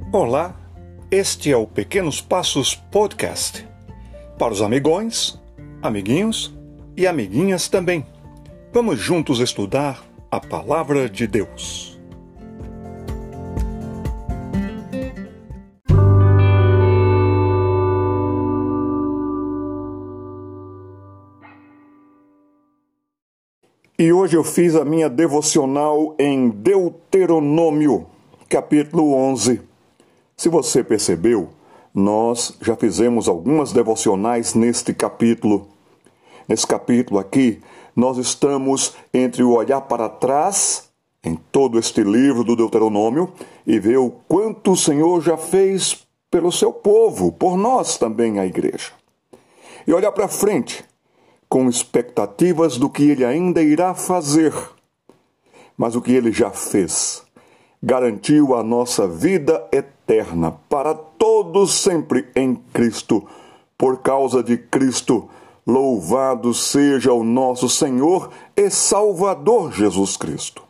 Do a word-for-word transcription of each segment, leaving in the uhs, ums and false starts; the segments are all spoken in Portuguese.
Olá, este é o Pequenos Passos Podcast, para os amigões, amiguinhos e amiguinhas também. Vamos juntos estudar a Palavra de Deus. E hoje eu fiz a minha devocional em Deuteronômio, capítulo onze. Se você percebeu, nós já fizemos algumas devocionais neste capítulo. Nesse capítulo aqui, nós estamos entre o olhar para trás, em todo este livro do Deuteronômio, e ver o quanto o Senhor já fez pelo seu povo, por nós também, a igreja. E olhar para frente, com expectativas do que Ele ainda irá fazer. Mas o que Ele já fez, garantiu a nossa vida eterna para todos sempre em Cristo. Por causa de Cristo, louvado seja o nosso Senhor e Salvador Jesus Cristo.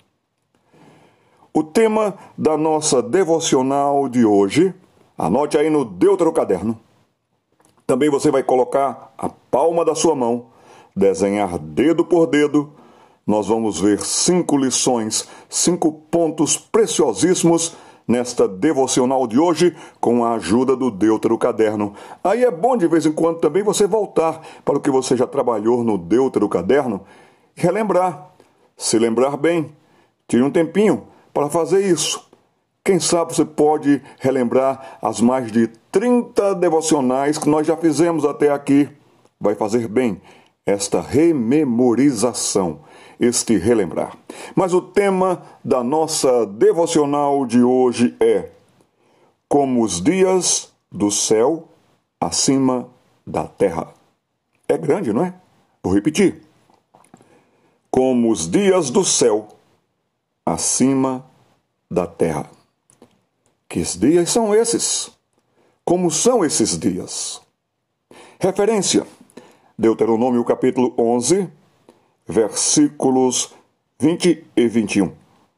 O tema da nossa devocional de hoje, anote aí no Deuterocaderno. Também você vai colocar a palma da sua mão, desenhar dedo por dedo. Nós vamos ver cinco lições, cinco pontos preciosíssimos nesta devocional de hoje, com a ajuda do Deuterocaderno. Aí é bom de vez em quando também você voltar para o que você já trabalhou no Deuterocaderno e relembrar, se lembrar bem. Tire um tempinho para fazer isso. Quem sabe você pode relembrar as mais de trinta devocionais que nós já fizemos até aqui. Vai fazer bem esta rememorização, este relembrar. Mas o tema da nossa devocional de hoje é: como os dias do céu acima da terra. É grande, não é? Vou repetir. Como os dias do céu acima da terra. Que dias são esses? Como são esses dias? Referência: Deuteronômio capítulo onze, versículos vinte e vinte e um.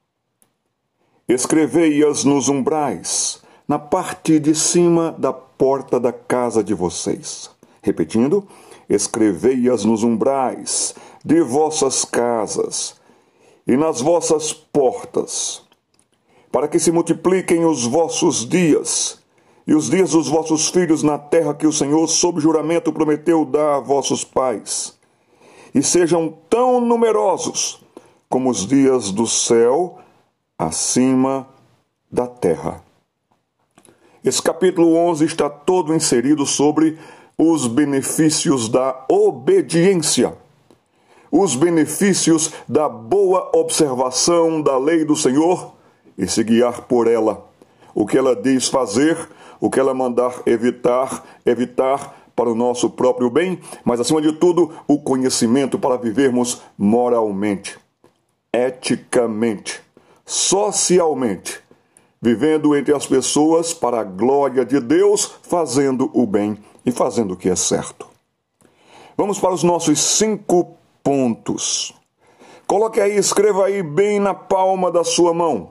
Escrevei-as nos umbrais, na parte de cima da porta da casa de vocês. Repetindo, escrevei-as nos umbrais de vossas casas e nas vossas portas, para que se multipliquem os vossos dias e os dias dos vossos filhos na terra que o Senhor, sob juramento, prometeu dar a vossos pais, e sejam tão numerosos como os dias do céu acima da terra. Esse capítulo onze está todo inserido sobre os benefícios da obediência, os benefícios da boa observação da lei do Senhor e se guiar por ela. O que ela diz fazer, o que ela mandar evitar, evitar para o nosso próprio bem, mas acima de tudo, o conhecimento para vivermos moralmente, eticamente, socialmente, vivendo entre as pessoas para a glória de Deus, fazendo o bem e fazendo o que é certo. Vamos para os nossos cinco pontos. Coloque aí, escreva aí bem na palma da sua mão.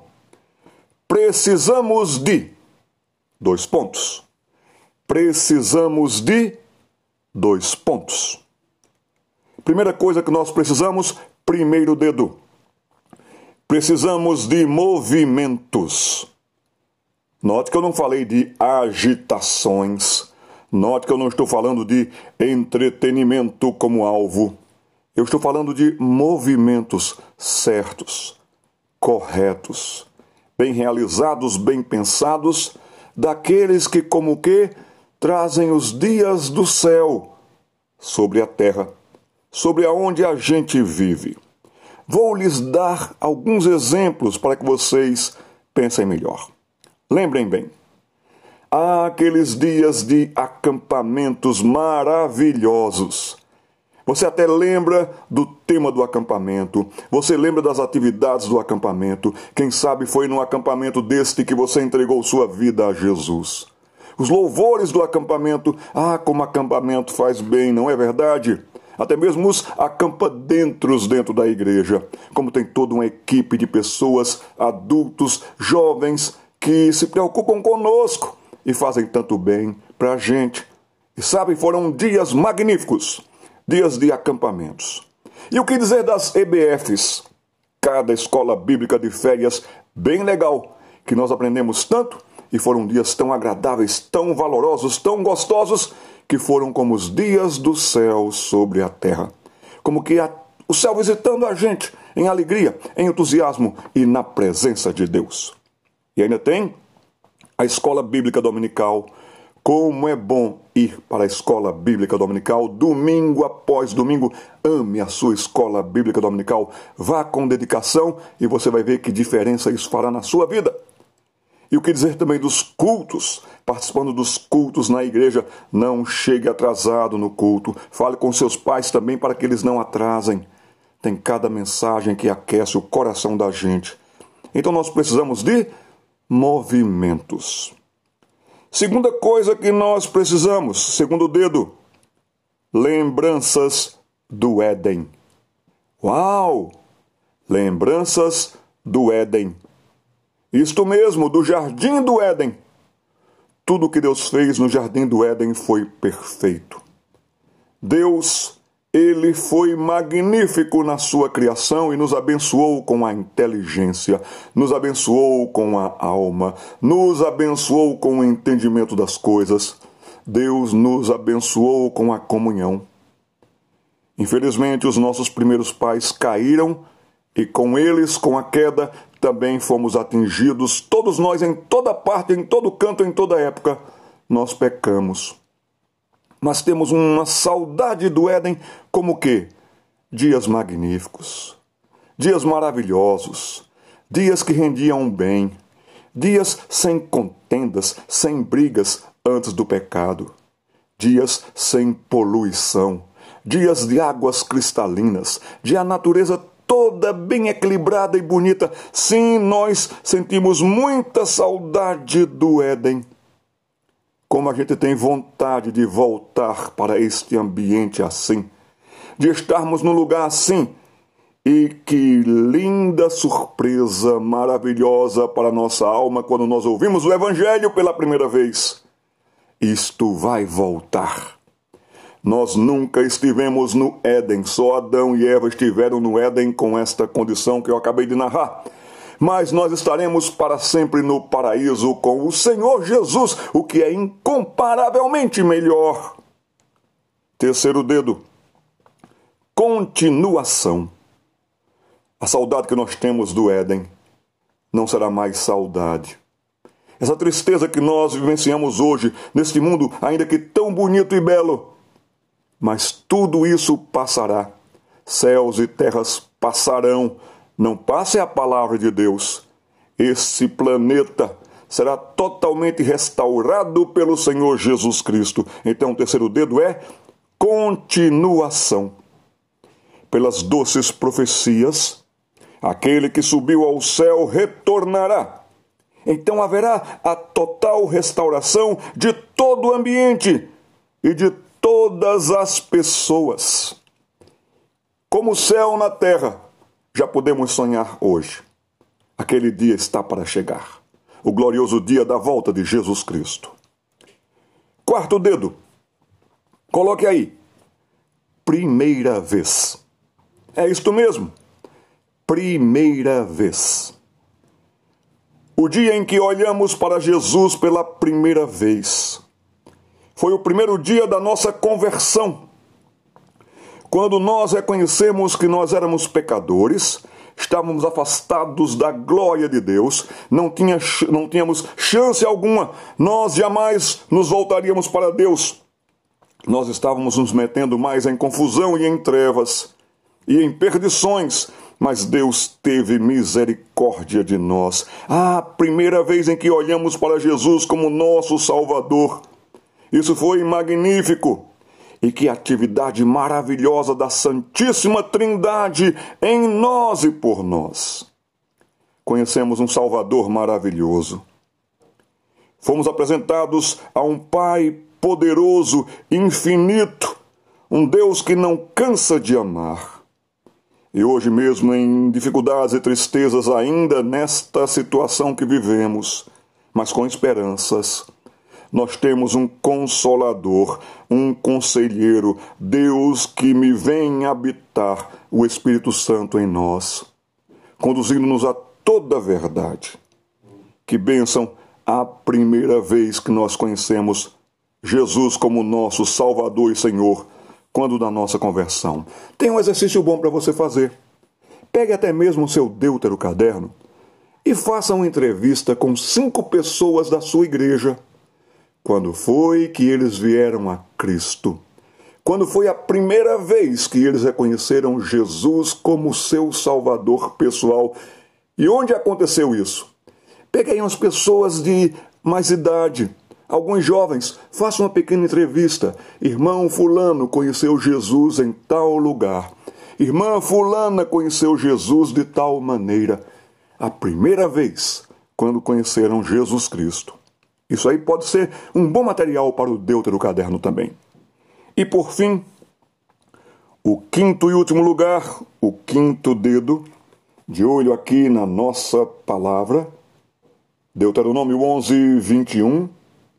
Precisamos de dois pontos. Precisamos de dois pontos. Primeira coisa que nós precisamos, primeiro dedo. Precisamos de movimentos. Note que eu não falei de agitações. Note que eu não estou falando de entretenimento como alvo. Eu estou falando de movimentos certos, corretos, bem realizados, bem pensados, daqueles que como que trazem os dias do céu sobre a terra, sobre aonde a gente vive. Vou lhes dar alguns exemplos para que vocês pensem melhor. Lembrem bem, há aqueles dias de acampamentos maravilhosos. Você até lembra do tema do acampamento, você lembra das atividades do acampamento. Quem sabe foi num acampamento deste que você entregou sua vida a Jesus. Os louvores do acampamento, ah, como acampamento faz bem, não é verdade? Até mesmo os acampa-dentros dentro da igreja, como tem toda uma equipe de pessoas, adultos, jovens, que se preocupam conosco e fazem tanto bem para a gente. E sabe, foram dias magníficos, dias de acampamentos. E o que dizer das E B Fs? Cada escola bíblica de férias bem legal, que nós aprendemos tanto e foram dias tão agradáveis, tão valorosos, tão gostosos, que foram como os dias do céu sobre a terra. Como que a, o céu visitando a gente em alegria, em entusiasmo e na presença de Deus. E ainda tem a escola bíblica dominical. Como é bom ir para a escola bíblica dominical, domingo após domingo. Ame a sua escola bíblica dominical, vá com dedicação e você vai ver que diferença isso fará na sua vida. E o que dizer também dos cultos, participando dos cultos na igreja, não chegue atrasado no culto, fale com seus pais também para que eles não atrasem. Tem cada mensagem que aquece o coração da gente. Então nós precisamos de movimentos. Segunda coisa que nós precisamos, segundo dedo, lembranças do Éden. Uau! Lembranças do Éden. Isto mesmo, do Jardim do Éden. Tudo que Deus fez no Jardim do Éden foi perfeito. Deus, Ele foi magnífico na sua criação e nos abençoou com a inteligência, nos abençoou com a alma, nos abençoou com o entendimento das coisas. Deus nos abençoou com a comunhão. Infelizmente, os nossos primeiros pais caíram e com eles, com a queda, também fomos atingidos. Todos nós, em toda parte, em todo canto, em toda época, nós pecamos. Mas temos uma saudade do Éden, como que? Dias magníficos, dias maravilhosos, dias que rendiam bem, dias sem contendas, sem brigas antes do pecado, dias sem poluição, dias de águas cristalinas, de a natureza toda bem equilibrada e bonita. Sim, nós sentimos muita saudade do Éden. Como a gente tem vontade de voltar para este ambiente assim, de estarmos num lugar assim. E que linda surpresa maravilhosa para a nossa alma quando nós ouvimos o Evangelho pela primeira vez. Isto vai voltar. Nós nunca estivemos no Éden, só Adão e Eva estiveram no Éden com esta condição que eu acabei de narrar. Mas nós estaremos para sempre no paraíso com o Senhor Jesus, o que é incomparavelmente melhor. Terceiro dedo, continuação. A saudade que nós temos do Éden não será mais saudade. Essa tristeza que nós vivenciamos hoje, neste mundo ainda que tão bonito e belo, mas tudo isso passará. Céus e terras passarão. Não passe a palavra de Deus. Esse planeta será totalmente restaurado pelo Senhor Jesus Cristo. Então o terceiro dedo é continuação. Pelas doces profecias, aquele que subiu ao céu retornará. Então haverá a total restauração de todo o ambiente e de todas as pessoas. Como o céu na terra, já podemos sonhar hoje. Aquele dia está para chegar. O glorioso dia da volta de Jesus Cristo. Quarto dedo. Coloque aí. Primeira vez. É isto mesmo. Primeira vez. O dia em que olhamos para Jesus pela primeira vez. Foi o primeiro dia da nossa conversão. Quando nós reconhecemos que nós éramos pecadores, estávamos afastados da glória de Deus, não, tinha, não tínhamos chance alguma, nós jamais nos voltaríamos para Deus. Nós estávamos nos metendo mais em confusão e em trevas e em perdições, mas Deus teve misericórdia de nós. A primeira vez em que olhamos para Jesus como nosso Salvador. Isso foi magnífico. E que atividade maravilhosa da Santíssima Trindade em nós e por nós. Conhecemos um Salvador maravilhoso. Fomos apresentados a um Pai poderoso, infinito, um Deus que não cansa de amar. E hoje mesmo, em dificuldades e tristezas, ainda nesta situação que vivemos, mas com esperanças. Nós temos um consolador, um conselheiro, Deus que me vem habitar, o Espírito Santo em nós, conduzindo-nos a toda a verdade. Que bênção a primeira vez que nós conhecemos Jesus como nosso Salvador e Senhor, quando da nossa conversão. Tem um exercício bom para você fazer. Pegue até mesmo o seu Deutero caderno e faça uma entrevista com cinco pessoas da sua igreja. Quando foi que eles vieram a Cristo? Quando foi a primeira vez que eles reconheceram Jesus como seu Salvador pessoal? E onde aconteceu isso? Pegue aí umas pessoas de mais idade, alguns jovens, faça uma pequena entrevista. Irmão fulano conheceu Jesus em tal lugar. Irmã fulana conheceu Jesus de tal maneira. A primeira vez quando conheceram Jesus Cristo. Isso aí pode ser um bom material para o Deutero Caderno também. E por fim, o quinto e último lugar, o quinto dedo, de olho aqui na nossa palavra, Deuteronômio onze, vinte e um,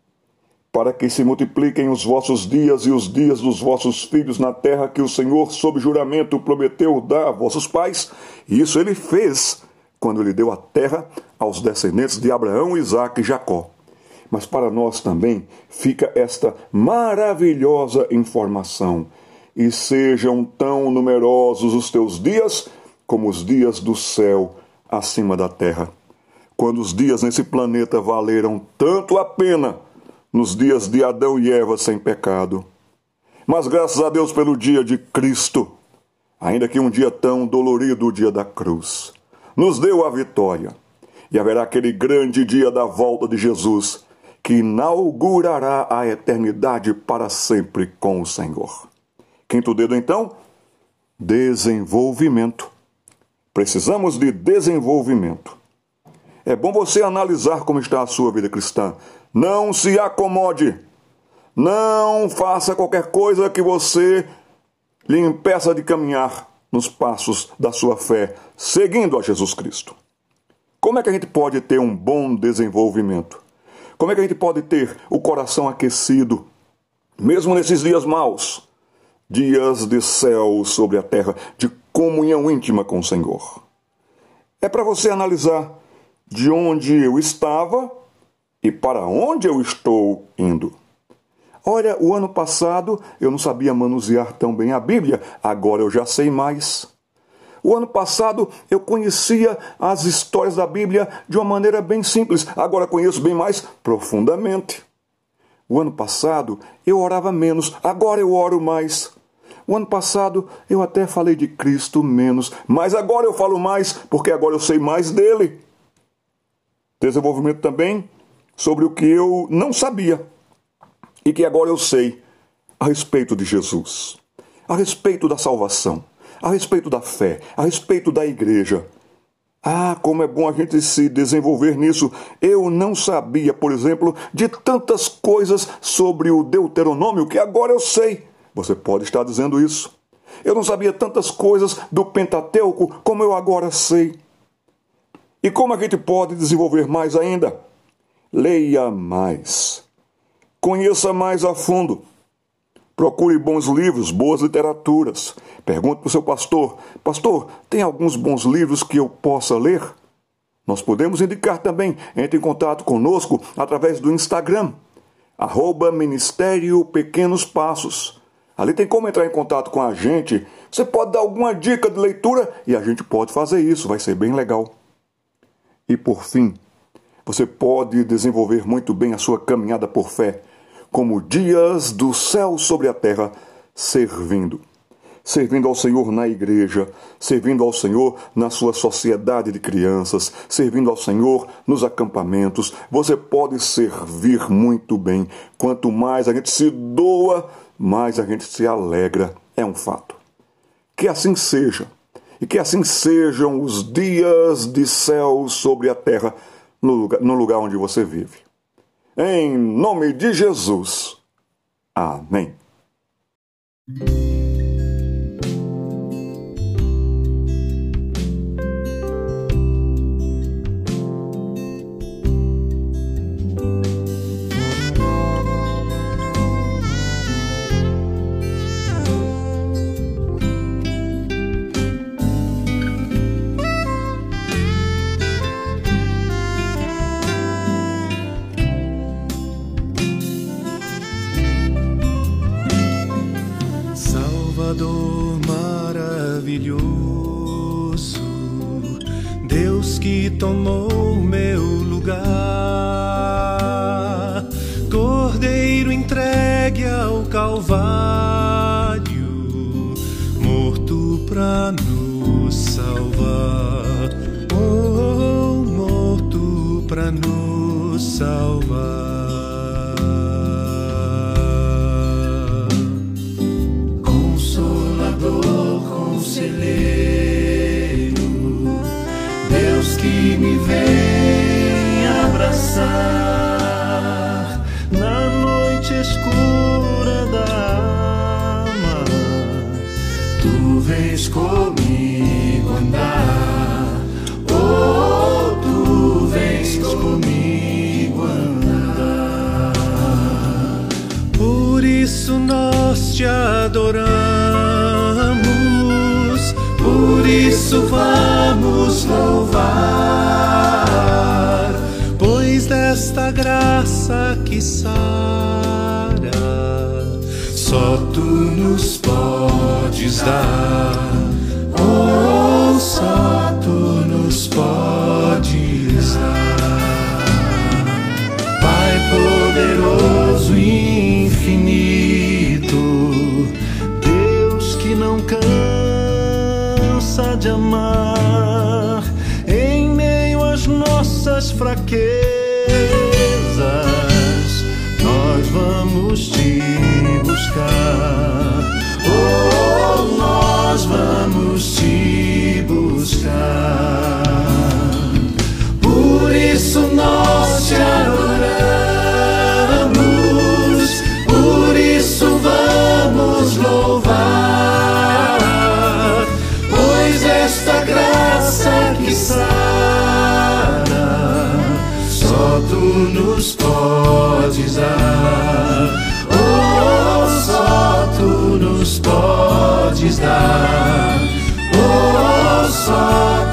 para que se multipliquem os vossos dias e os dias dos vossos filhos na terra que o Senhor, sob juramento, prometeu dar a vossos pais. E isso ele fez quando ele deu a terra aos descendentes de Abraão, Isaque e Jacó. Mas para nós também fica esta maravilhosa informação. E sejam tão numerosos os teus dias como os dias do céu acima da terra. Quando os dias nesse planeta valeram tanto a pena nos dias de Adão e Eva sem pecado. Mas graças a Deus pelo dia de Cristo, ainda que um dia tão dolorido, o dia da cruz, nos deu a vitória. E haverá aquele grande dia da volta de Jesus, que inaugurará a eternidade para sempre com o Senhor. Quinto dedo, então, desenvolvimento. Precisamos de desenvolvimento. É bom você analisar como está a sua vida cristã. Não se acomode. Não faça qualquer coisa que você lhe impeça de caminhar nos passos da sua fé, seguindo a Jesus Cristo. Como é que a gente pode ter um bom desenvolvimento? Como é que a gente pode ter o coração aquecido, mesmo nesses dias maus, dias de céu sobre a terra, de comunhão íntima com o Senhor? É para você analisar de onde eu estava e para onde eu estou indo. Olha, o ano passado eu não sabia manusear tão bem a Bíblia, agora eu já sei mais. O ano passado eu conhecia as histórias da Bíblia de uma maneira bem simples, agora conheço bem mais profundamente. O ano passado eu orava menos, agora eu oro mais. O ano passado eu até falei de Cristo menos, mas agora eu falo mais, porque agora eu sei mais dele. Desenvolvimento também sobre o que eu não sabia e que agora eu sei a respeito de Jesus, a respeito da salvação, a respeito da fé, a respeito da igreja. Ah, como é bom a gente se desenvolver nisso. Eu não sabia, por exemplo, de tantas coisas sobre o Deuteronômio que agora eu sei. Você pode estar dizendo isso. Eu não sabia tantas coisas do Pentateuco como eu agora sei. E como a gente pode desenvolver mais ainda? Leia mais. Conheça mais a fundo. Procure bons livros, boas literaturas. Pergunte para o seu pastor: pastor, tem alguns bons livros que eu possa ler? Nós podemos indicar também. Entre em contato conosco através do Instagram, arroba Ministério Pequenos Passos. Ali tem como entrar em contato com a gente. Você pode dar alguma dica de leitura e a gente pode fazer isso, vai ser bem legal. E por fim, você pode desenvolver muito bem a sua caminhada por fé, como dias do céu sobre a terra, servindo. Servindo ao Senhor na igreja, servindo ao Senhor na sua sociedade de crianças, servindo ao Senhor nos acampamentos. Você pode servir muito bem. Quanto mais a gente se doa, mais a gente se alegra. É um fato. Que assim seja. E que assim sejam os dias de céu sobre a terra, no lugar, no lugar onde você vive. Em nome de Jesus. Amém. que tomou meu lugar, Cordeiro entregue ao Calvário, morto pra nos salvar, oh, morto pra nos salvar. Deus que me vem abraçar na noite escura da alma, tu vens comigo andar, oh, tu vens comigo andar. Por isso nós te adoramos, por isso vamos louvar, pois desta graça que sara, só tu nos podes dar, oh, só tu nos podes dar. Pai poderoso e infinito, Deus que não cansa de amar, em meio às nossas fraquezas, nós vamos te buscar, oh, nós vamos te buscar. Por isso nós te adoramos, por isso vamos louvar, pois esta graça que sara, só tu nos podes dar, oh, só tu nos podes dar, oh, só